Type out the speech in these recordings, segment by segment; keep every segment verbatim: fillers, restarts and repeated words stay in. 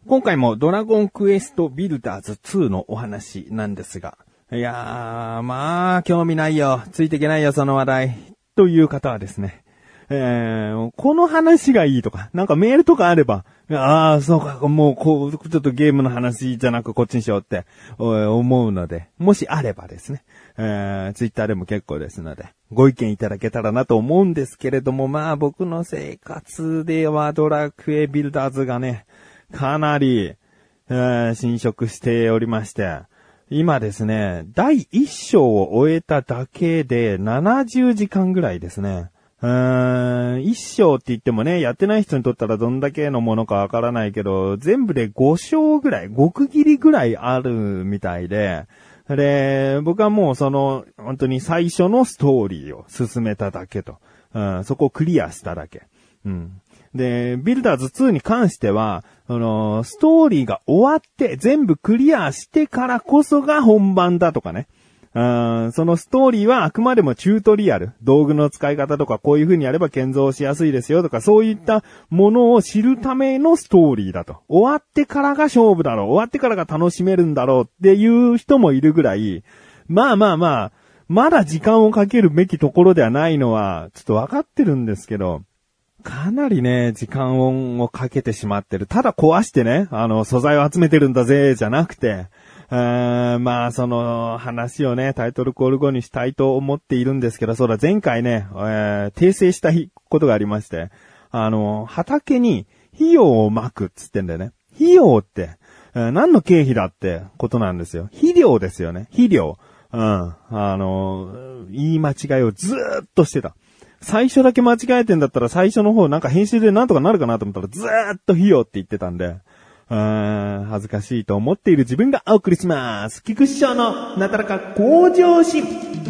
今回もドラゴンクエストビルダーズツーのお話なんですが、いやー、まあ、興味ないよ。ついていけないよ、その話題。という方はですね、えー、この話がいいとか、なんかメールとかあれば、ああ、そうか、もう、こう、ちょっとゲームの話じゃなくこっちにしようって思うので、もしあればですね、えー、ツイッターでも結構ですので、ご意見いただけたらなと思うんですけれども、まあ僕の生活ではドラクエビルダーズがね、かなり、えー、侵食しておりまして、今ですね、だいいっ章を終えただけでななじゅうじかんぐらいですね。うーん、一章って言ってもね、やってない人にとったらどんだけのものかわからないけど、全部でご章ぐらい、ご区切りぐらいあるみたいで、で、僕はもうその、本当に最初のストーリーを進めただけと。うん、そこをクリアしただけ。うん。で、ビルダーズツーに関しては、あの、ストーリーが終わって、全部クリアしてからこそが本番だとかね。うん、そのストーリーはあくまでもチュートリアル。道具の使い方とかこういう風にやれば建造しやすいですよとかそういったものを知るためのストーリーだと。終わってからが勝負だろう。終わってからが楽しめるんだろうっていう人もいるぐらい、まあまあまあ、まだ時間をかけるべきところではないのはちょっとわかってるんですけど、かなりね、時間をかけてしまってる。ただ壊してね、あの、素材を集めてるんだぜ、じゃなくて、あまあ、その話をね、タイトルコール後にしたいと思っているんですけど、そうだ、前回ね、えー、訂正したことがありまして、あの、畑に肥料を撒くっつってんだよね。肥料って、えー、何の経費だってことなんですよ。肥料ですよね。肥料。うん。あの、言い間違いをずーっとしてた。最初だけ間違えてんだったら最初の方なんか編集でなんとかなるかなと思ったらずーっと費用って言ってたんで、うーん、恥ずかしいと思っている自分がお送りします。菊師匠のなだらか向上心。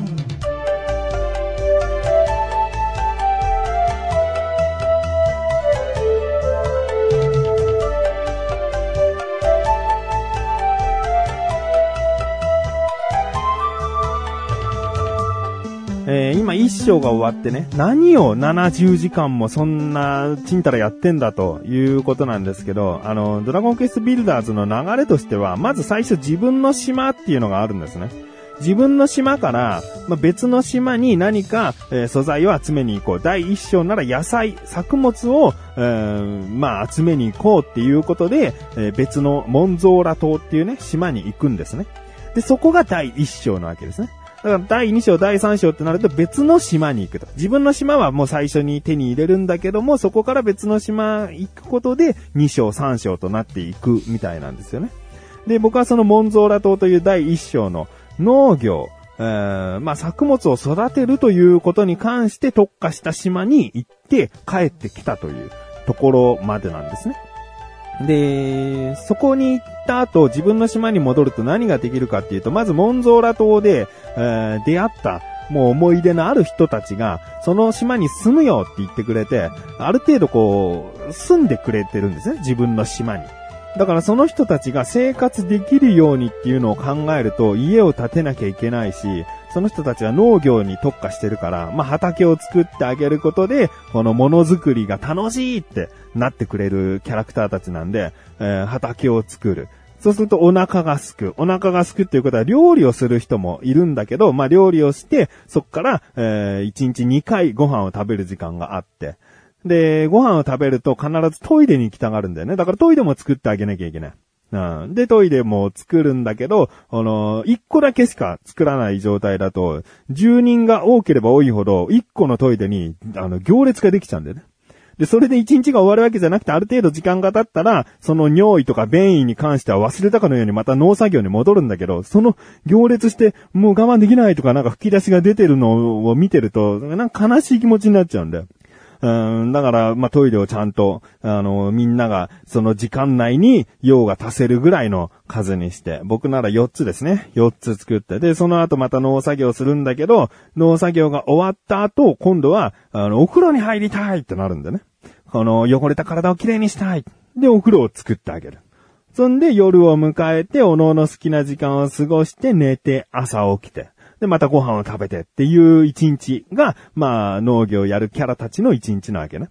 えー、今一章が終わってね、何をななじゅうじかんもそんなちんたらやってんだということなんですけど、あの、ドラゴンクエストビルダーズの流れとしては、まず最初自分の島っていうのがあるんですね。自分の島から、まあ、別の島に何か、えー、素材を集めに行こう。だいいっ章なら野菜、作物を、えー、まあ、集めに行こうっていうことで、えー、別のモンゾーラ島っていうね、島に行くんですね。で、そこがだいいっ章なわけですね。だからだいに章、だいさん章ってなると別の島に行くと。自分の島はもう最初に手に入れるんだけども、そこから別の島行くことでに章、さん章となっていくみたいなんですよね。で、僕はそのモンゾーラ島というだいいっ章の農業、えー、まあ作物を育てるということに関して特化した島に行って帰ってきたというところまでなんですね。で、そこに行った後、自分の島に戻ると何ができるかっていうと、まずモンゾーラ島で、えー、出会った、もう思い出のある人たちが、その島に住むよって言ってくれて、ある程度こう、住んでくれてるんですね、自分の島に。だからその人たちが生活できるようにっていうのを考えると、家を建てなきゃいけないし、その人たちは農業に特化してるから、まあ畑を作ってあげることで、このものづくりが楽しいってなってくれるキャラクターたちなんで、えー、畑を作る。そうするとお腹がすく。お腹がすくっていうことは料理をする人もいるんだけど、まあ料理をして、そこから、えー、いちにちにかいご飯を食べる時間があって、で、ご飯を食べると必ずトイレに行きたがるんだよね。だからトイレも作ってあげなきゃいけない。うん、で、トイレも作るんだけど、あの、一個だけしか作らない状態だと、住人が多ければ多いほど、一個のトイレに、あの、行列ができちゃうんだよね。で、それで一日が終わるわけじゃなくて、ある程度時間が経ったら、その尿意とか便意に関しては忘れたかのようにまた農作業に戻るんだけど、その行列して、もう我慢できないとかなんか吹き出しが出てるのを見てると、なんか悲しい気持ちになっちゃうんだよ。うん、だから、まあ、トイレをちゃんと、あの、みんなが、その時間内に用が足せるぐらいの数にして、僕ならよっつですね。よっつ作って。で、その後また農作業するんだけど、農作業が終わった後、今度は、あの、お風呂に入りたいってなるんだね。この、汚れた体をきれいにしたい。で、お風呂を作ってあげる。そんで、夜を迎えて、おのおの好きな時間を過ごして、寝て、朝起きて。で、またご飯を食べてっていう一日が、まあ、農業をやるキャラたちの一日なわけね。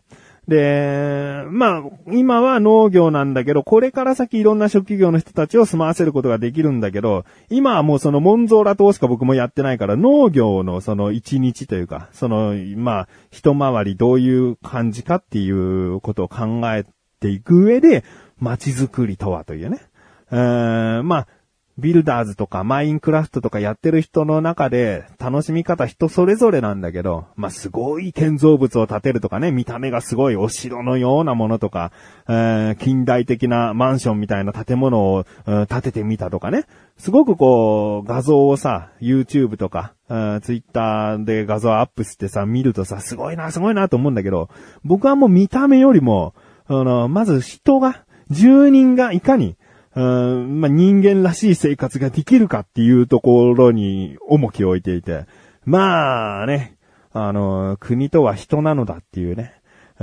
で、まあ、今は農業なんだけど、これから先いろんな職業の人たちを住まわせることができるんだけど、今はもうそのモンゾーラ島しか僕もやってないから、農業のその一日というか、その、まあ、一回りどういう感じかっていうことを考えていく上で、街づくりとはというね。えー、まあ、ビルダーズとかマインクラフトとかやってる人の中で楽しみ方人それぞれなんだけど、まあ、すごい建造物を建てるとかね、見た目がすごいお城のようなものとか、えー、近代的なマンションみたいな建物を、うん、建ててみたとかね、すごくこう画像をさ、YouTube とか、うん、Twitter で画像アップしてさ、見るとさ、すごいな、すごいなと思うんだけど、僕はもう見た目よりも、あの、まず人が、住人がいかに、うん、まあ、人間らしい生活ができるかっていうところに重きを置いていて、まあね、あの、国とは人なのだっていうね、うん、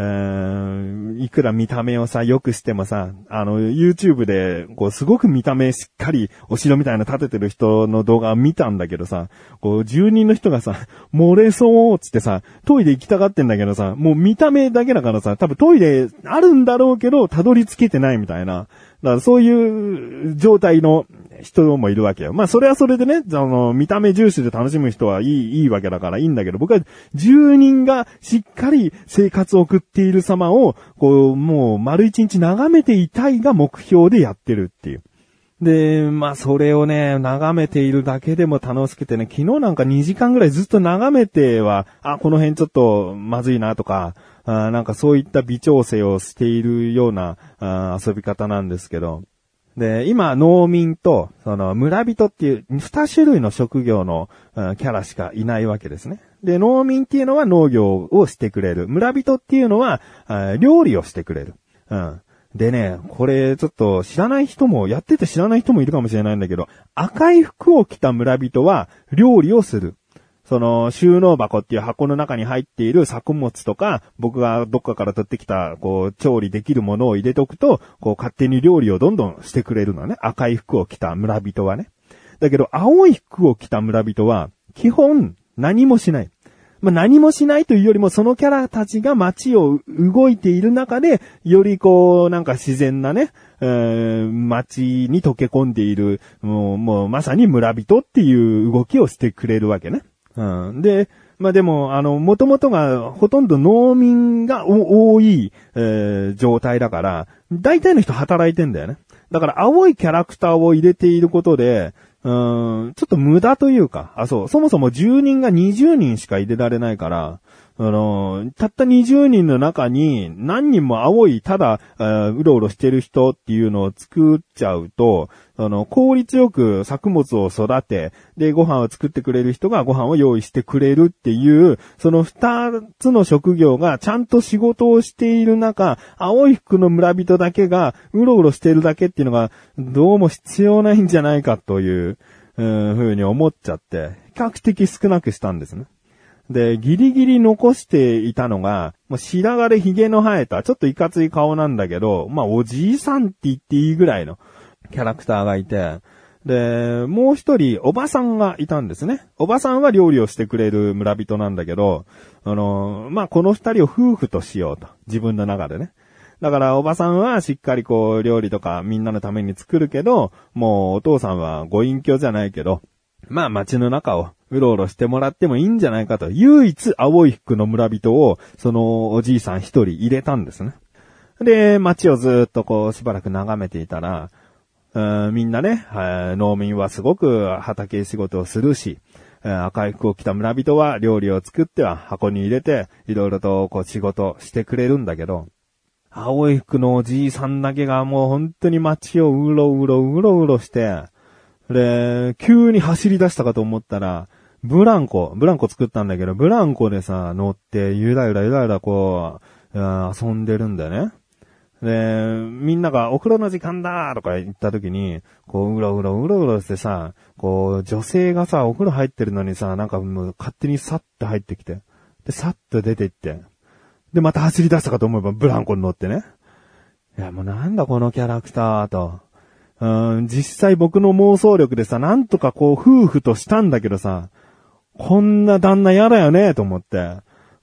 いくら見た目をさ、良くしてもさ、あの、YouTube で、こう、すごく見た目しっかりお城みたいな建ててる人の動画を見たんだけどさ、こう、住人の人がさ、漏れそうつってさ、トイレ行きたがってんだけどさ、もう見た目だけだからさ、多分トイレあるんだろうけど、たどり着けてないみたいな。だからそういう状態の人もいるわけよ。まあそれはそれでね、あの、見た目重視で楽しむ人はいい、いいわけだからいいんだけど、僕は住人がしっかり生活を送っている様を、こう、もう丸一日眺めていたいが目標でやってるっていう。で、まあそれをね、眺めているだけでも楽しくてね、昨日なんかにじかんぐらいずっと眺めては、あ、この辺ちょっとまずいなとか、あなんかそういった微調整をしているようなあ遊び方なんですけど。で、今農民とその村人っていう二種類の職業のキャラしかいないわけですね。で、農民っていうのは農業をしてくれる。村人っていうのは料理をしてくれる。うん。でね、これちょっと知らない人も、やってて知らない人もいるかもしれないんだけど、赤い服を着た村人は料理をする。その収納箱っていう箱の中に入っている作物とか、僕がどっかから取ってきた、こう、調理できるものを入れておくと、こう、勝手に料理をどんどんしてくれるのね。赤い服を着た村人はね。だけど、青い服を着た村人は、基本、何もしない。まあ、何もしないというよりも、そのキャラたちが街を動いている中で、よりこう、なんか自然なね、えー、街に溶け込んでいる、もう、もうまさに村人っていう動きをしてくれるわけね。うん。で、まあ、でも、あの、元々がほとんど農民が多い、えー、状態だから、大体の人働いてんだよね。だから青いキャラクターを入れていることで、うーん、ちょっと無駄というか、あ、そう、そもそも住人がにじゅうにんしか入れられないから、あの、たったにじゅうにんの中に何人も青い、ただ、うろうろしてる人っていうのを作っちゃうと、あの、効率よく作物を育て、で、ご飯を作ってくれる人がご飯を用意してくれるっていう、その二つの職業がちゃんと仕事をしている中、青い服の村人だけがうろうろしてるだけっていうのが、どうも必要ないんじゃないかという、うーん、ふうに思っちゃって、比較的少なくしたんですね。で、ギリギリ残していたのが、もう白髪で髭の生えた、ちょっといかつい顔なんだけど、まあおじいさんって言っていいぐらいのキャラクターがいて、で、もう一人おばさんがいたんですね。おばさんは料理をしてくれる村人なんだけど、あの、まあこの二人を夫婦としようと、自分の中でね。だからおばさんはしっかりこう料理とかみんなのために作るけど、もうお父さんはご隠居じゃないけど、まあ街の中をうろうろしてもらってもいいんじゃないかと、唯一青い服の村人をそのおじいさん一人入れたんですね。で、街をずっとこうしばらく眺めていたら、うんみんなね、農民はすごく畑仕事をするし、赤い服を着た村人は料理を作っては箱に入れていろいろとこう仕事してくれるんだけど、青い服のおじいさんだけがもう本当に街をうろうろうろうろして、で、急に走り出したかと思ったら、ブランコ、ブランコ作ったんだけど、ブランコでさ、乗って、ゆらゆらゆらゆらこう、遊んでるんだよね。で、みんながお風呂の時間だとか言った時に、こう、うろうろうろうろしてさ、こう、女性がさ、お風呂入ってるのにさ、なんかもう勝手にさっと入ってきて、で、さっと出て行って、で、また走り出したかと思えば、ブランコに乗ってね。いや、もうなんだこのキャラクターと。うん、実際僕の妄想力でさ、なんとかこう夫婦としたんだけどさ、こんな旦那嫌だよねと思って、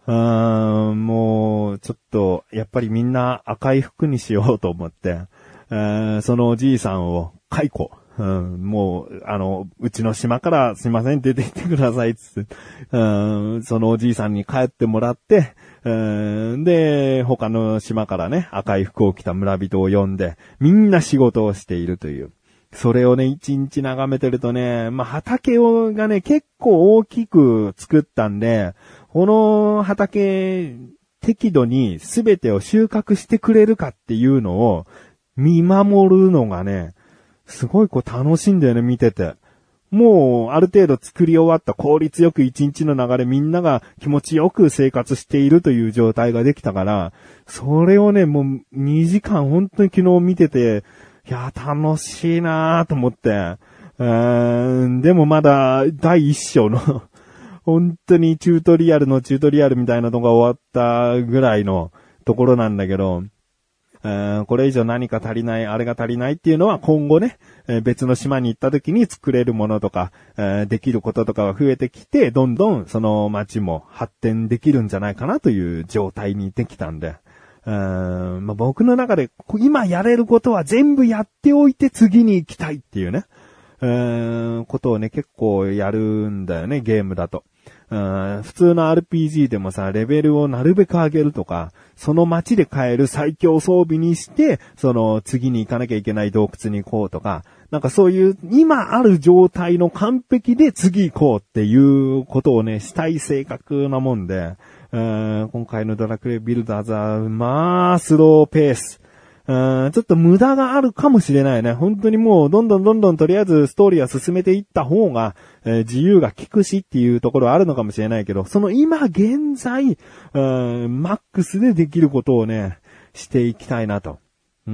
うーん、もう、ちょっと、やっぱりみんな赤い服にしようと思って、えー、そのおじいさんを解雇。うん、もう、あの、うちの島からすいません、出て行ってくださいっつって、うん、そのおじいさんに帰ってもらって、うん、で、他の島からね、赤い服を着た村人を呼んで、みんな仕事をしているという。それをね、一日眺めてるとね、まあ、畑をがね、結構大きく作ったんで、この畑、適度に全てを収穫してくれるかっていうのを見守るのがね、すごいこう楽しいんだよね、見てて。もう、ある程度作り終わった効率よく一日の流れみんなが気持ちよく生活しているという状態ができたから、それをね、もうにじかん本当に昨日見てて、いや、楽しいなぁと思って。うーん、でもまだ第一章の、本当にチュートリアルのチュートリアルみたいなのが終わったぐらいのところなんだけど、これ以上何か足りない、あれが足りないっていうのは今後ね、別の島に行った時に作れるものとか、できることとかが増えてきて、どんどんその街も発展できるんじゃないかなという状態にできたんで、うーんまあ、僕の中で今やれることは全部やっておいて次に行きたいっていうね、うーんことをね、結構やるんだよね、ゲームだと。うん普通の アールピージー でもさ、レベルをなるべく上げるとか、その街で買える最強装備にして、その次に行かなきゃいけない洞窟に行こうとか、なんかそういう今ある状態の完璧で次行こうっていうことをね、したい性格なもんで、うん今回のドラクエビルダーズは、まあ、スローペース。うんちょっと無駄があるかもしれないね。本当にもうどんどんどんどんとりあえずストーリーは進めていった方が、えー、自由が利くしっていうところはあるのかもしれないけど、その今現在、うんマックスでできることをね、していきたいなと。うん。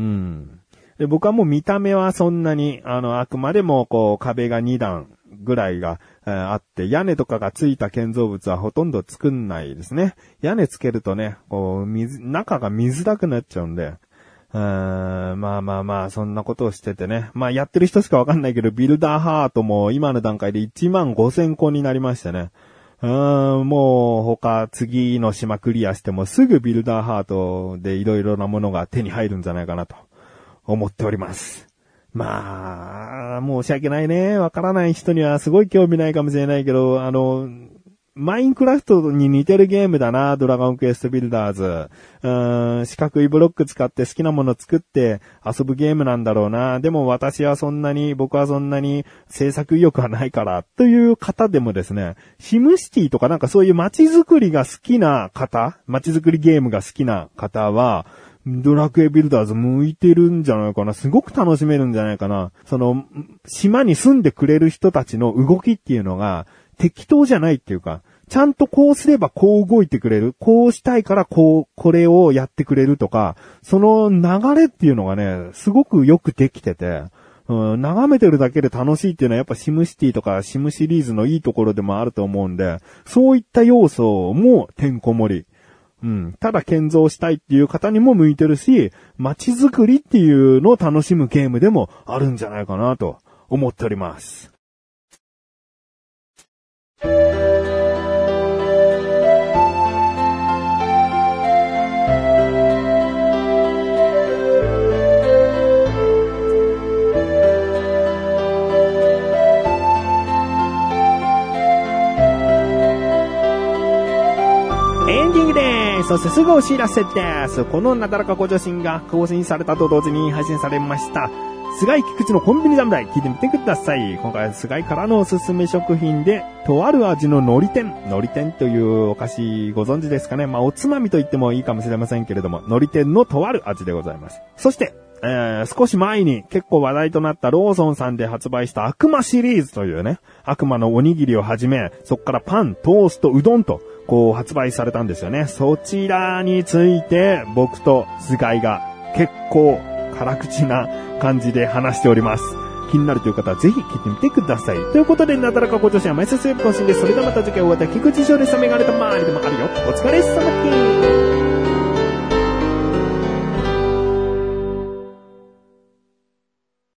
で僕はもう見た目はそんなに、あの、あくまでもこう壁がに段ぐらいが、えー、あって、屋根とかがついた建造物はほとんど作んないですね。屋根つけるとね、こう水、中が見づらくなっちゃうんで、うーんまあまあまあ、そんなことをしててね。まあやってる人しかわかんないけど、ビルダーハートも今の段階でいちまんごせんこになりましてね。うーん、もう他次の島クリアしてもすぐビルダーハートでいろいろなものが手に入るんじゃないかなと思っております。まあ、申し訳ないね。わからない人にはすごい興味ないかもしれないけど、あの、マインクラフトに似てるゲームだな、ドラゴンクエストビルダーズ。うーん、四角いブロック使って好きなもの作って遊ぶゲームなんだろうな。でも私はそんなに、僕はそんなに制作意欲はないから、という方でもですね、シムシティとかなんかそういう街づくりが好きな方、街づくりゲームが好きな方は、ドラクエビルダーズ向いてるんじゃないかな。すごく楽しめるんじゃないかな。その、島に住んでくれる人たちの動きっていうのが適当じゃないっていうか、ちゃんとこうすればこう動いてくれる。こうしたいからこう、これをやってくれるとか、その流れっていうのがね、すごくよくできてて、うん、眺めてるだけで楽しいっていうのはやっぱシムシティとかシムシリーズのいいところでもあると思うんで、そういった要素もてんこ盛り。うん、ただ建造したいっていう方にも向いてるし、街づくりっていうのを楽しむゲームでもあるんじゃないかなと思っております。そしてすぐお知らせです。このなだらかご助身が更新されたと同時に配信されました。菅井菊池のコンビニ侍聞いてみてください。今回は菅井からのおすすめ食品で、とある味の海苔天。海苔天というお菓子ご存知ですかね。まあおつまみと言ってもいいかもしれませんけれども、海苔天のとある味でございます。そして、えー、少し前に結構話題となったローソンさんで発売した悪魔シリーズというね、悪魔のおにぎりをはじめ、そこからパン、トースト、うどんと、こう発売されたんですよね。そちらについて僕と菅井が結構辛口な感じで話しております。気になるという方はぜひ聞いてみてください。ということで、なだらかご女子は毎週水曜日更新です。それではまた次回お会いできくじしょうでした。メガネと周りでもあるよ。お疲れ様です。